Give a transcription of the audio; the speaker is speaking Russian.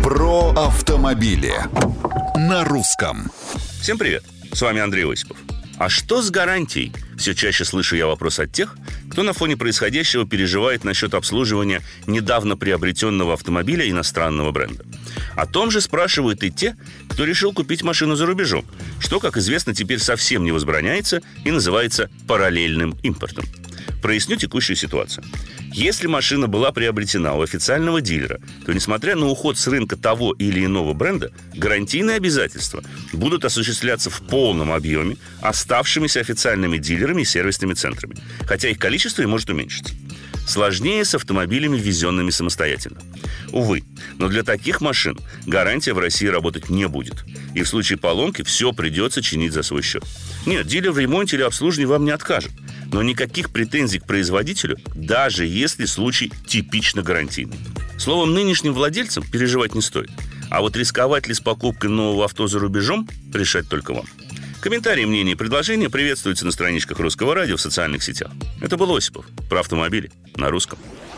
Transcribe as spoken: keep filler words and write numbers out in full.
Про автомобили на русском. Всем привет, с вами Андрей Осипов. А что с гарантией? Все чаще слышу я вопрос от тех, кто на фоне происходящего переживает насчет обслуживания недавно приобретенного автомобиля иностранного бренда. О том же спрашивают и те, кто решил купить машину за рубежом, что, как известно, теперь совсем не возбраняется и называется параллельным импортом. Проясню текущую ситуацию. Если машина была приобретена у официального дилера, то, несмотря на уход с рынка того или иного бренда, гарантийные обязательства будут осуществляться в полном объеме оставшимися официальными дилерами и сервисными центрами, хотя их количество и может уменьшиться. Сложнее с автомобилями, ввезенными самостоятельно. Увы, но для таких машин гарантия в России работать не будет. И в случае поломки все придется чинить за свой счет. Нет, дилер в ремонте или обслуживании вам не откажет. Но никаких претензий к производителю, даже если случай типично гарантийный. Словом, нынешним владельцам переживать не стоит. А вот рисковать ли с покупкой нового авто за рубежом, решать только вам. Комментарии, мнения и предложения приветствуются на страничках Русского радио в социальных сетях. Это был Осипов про автомобили на русском.